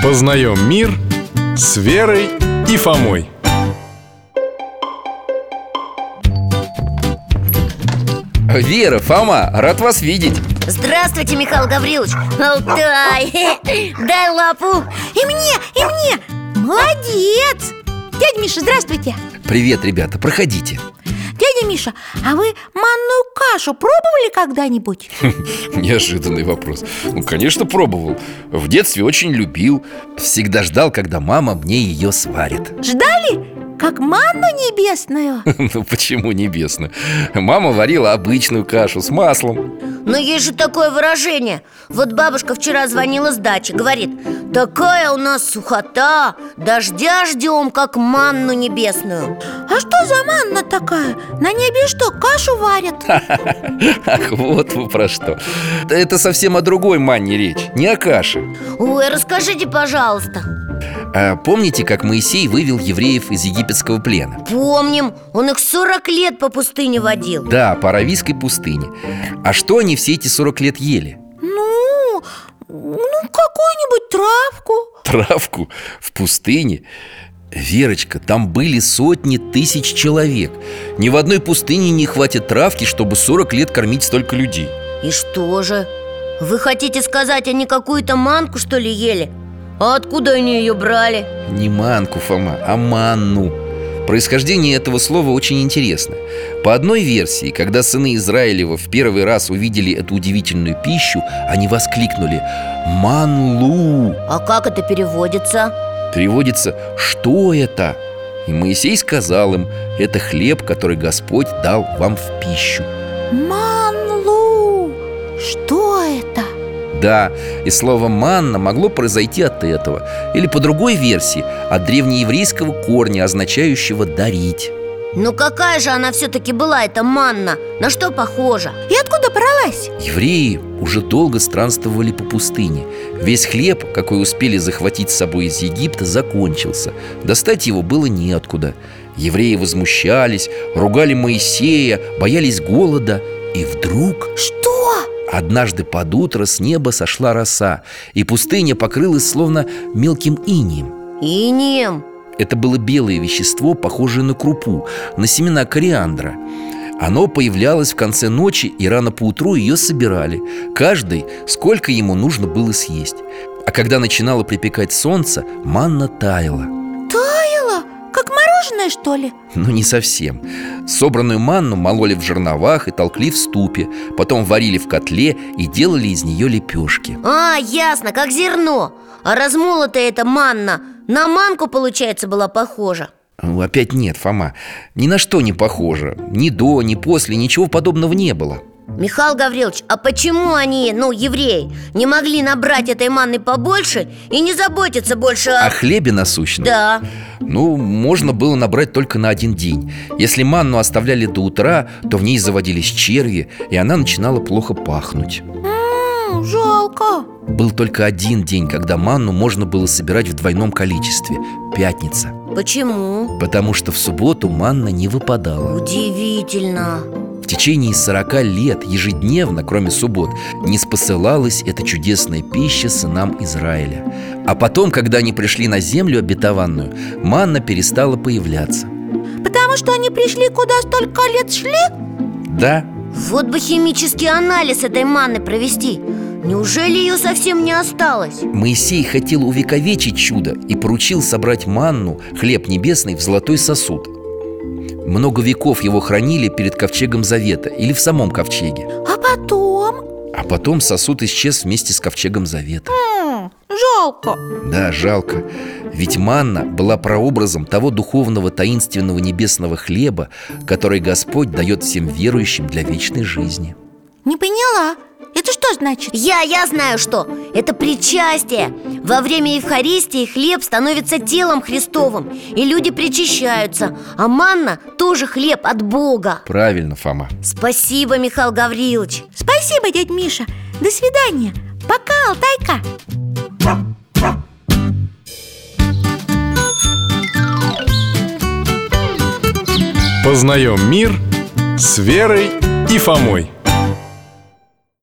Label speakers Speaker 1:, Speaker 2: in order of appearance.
Speaker 1: Познаем мир с Верой и Фомой.
Speaker 2: Вера, Фома, рад вас видеть.
Speaker 3: Здравствуйте, Михаил Гаврилович. Алтай, дай лапу.
Speaker 4: И мне. Молодец. Дядя Миша, здравствуйте.
Speaker 2: Привет, ребята, проходите.
Speaker 4: Дядя Миша, а вы манную кашу пробовали когда-нибудь?
Speaker 2: Неожиданный вопрос. Конечно, пробовал. В детстве очень любил. Всегда ждал, когда мама мне ее сварит.
Speaker 4: Ждали? Как манну небесную?
Speaker 2: Ну почему небесную? Мама варила обычную кашу с маслом.
Speaker 3: Но есть же такое выражение. Вот бабушка вчера звонила с дачи, говорит: такая у нас сухота, дождя ждем, как манну небесную.
Speaker 4: А что за манна такая? На небе что, кашу варят?
Speaker 2: Ах, вот вы про что. Это совсем о другой манне речь, не о каше.
Speaker 3: Ой, расскажите, пожалуйста.
Speaker 2: Помните, как Моисей вывел евреев из египетского плена?
Speaker 3: Помним, он их 40 лет по пустыне водил.
Speaker 2: Да, по Аравийской пустыне. А что они все эти 40 лет ели?
Speaker 4: Ну, какую-нибудь травку.
Speaker 2: Травку в пустыне? Верочка, там были сотни тысяч человек. Ни в одной пустыне не хватит травки, чтобы 40 лет кормить столько людей.
Speaker 3: И что же? Вы хотите сказать, они какую-то манку, что ли, ели? А откуда они ее брали?
Speaker 2: Не манку, Фома, а манну. Происхождение этого слова очень интересно. По одной версии, когда сыны Израилева в первый раз увидели эту удивительную пищу, они воскликнули: «Манлу!»
Speaker 3: А как это переводится?
Speaker 2: Переводится «что это?». И Моисей сказал им: это хлеб, который Господь дал вам в пищу.
Speaker 4: Манлу! Что это?
Speaker 2: Да, и слово «манна» могло произойти от этого. Или по другой версии, от древнееврейского корня, означающего «дарить».
Speaker 3: Ну какая же она все-таки была, эта манна? На что похожа?
Speaker 4: И откуда бралась?
Speaker 2: Евреи уже долго странствовали по пустыне. Весь хлеб, какой успели захватить с собой из Египта, закончился. Достать его было неоткуда. Евреи возмущались, ругали Моисея, боялись голода. И вдруг...
Speaker 4: Что?
Speaker 2: Однажды под утро с неба сошла роса, и пустыня покрылась словно мелким инеем.
Speaker 3: Инеем?
Speaker 2: Это было белое вещество, похожее на крупу, на семена кориандра. Оно появлялось в конце ночи, и рано поутру ее собирали. Каждый, сколько ему нужно было съесть. А когда начинало припекать солнце, манна таяла.
Speaker 4: Таяла? Как мороженое, что ли?
Speaker 2: Ну, не совсем. Собранную манну мололи в жерновах и толкли в ступе. Потом варили в котле и делали из нее лепешки.
Speaker 3: А, ясно, как зерно. А размолотая эта манна на манку, получается, была похожа?
Speaker 2: Опять нет, Фома. Ни на что не похоже. Ни до, ни после, ничего подобного не было.
Speaker 3: Михаил Гаврилович, а почему они, евреи, не могли набрать этой манны побольше и не заботиться больше
Speaker 2: О хлебе насущном?
Speaker 3: Да.
Speaker 2: Можно было набрать только на один день. Если манну оставляли до утра, то в ней заводились черви, и она начинала плохо пахнуть.
Speaker 4: Жалко.
Speaker 2: Был только один день, когда манну можно было собирать в двойном количестве – пятница.
Speaker 3: Почему?
Speaker 2: Потому что в субботу манна не выпадала.
Speaker 3: Удивительно.
Speaker 2: В течение 40 лет ежедневно, кроме суббот, не спосылалась эта чудесная пища сынам Израиля. А потом, когда они пришли на землю обетованную, манна перестала появляться.
Speaker 4: Потому что они пришли, куда столько лет шли?
Speaker 2: Да.
Speaker 3: Вот бы химический анализ этой манны провести. Неужели ее совсем не осталось?
Speaker 2: Моисей хотел увековечить чудо и поручил собрать манну, хлеб небесный, в золотой сосуд. Много веков его хранили перед ковчегом завета или в самом ковчеге.
Speaker 4: А потом?
Speaker 2: А потом сосуд исчез вместе с ковчегом завета.
Speaker 4: Жалко.
Speaker 2: Да, жалко. Ведь манна была прообразом того духовного таинственного небесного хлеба, который Господь дает всем верующим для вечной жизни.
Speaker 4: Не поняла. Это что значит?
Speaker 3: Я знаю что. Это причастие. Во время Евхаристии хлеб становится телом Христовым, и люди причащаются. А манна тоже хлеб от Бога.
Speaker 2: Правильно, Фома.
Speaker 3: Спасибо, Михаил Гаврилович.
Speaker 4: Спасибо, дядь Миша. До свидания. Пока, Алтайка.
Speaker 1: Познаем мир с Верой и Фомой.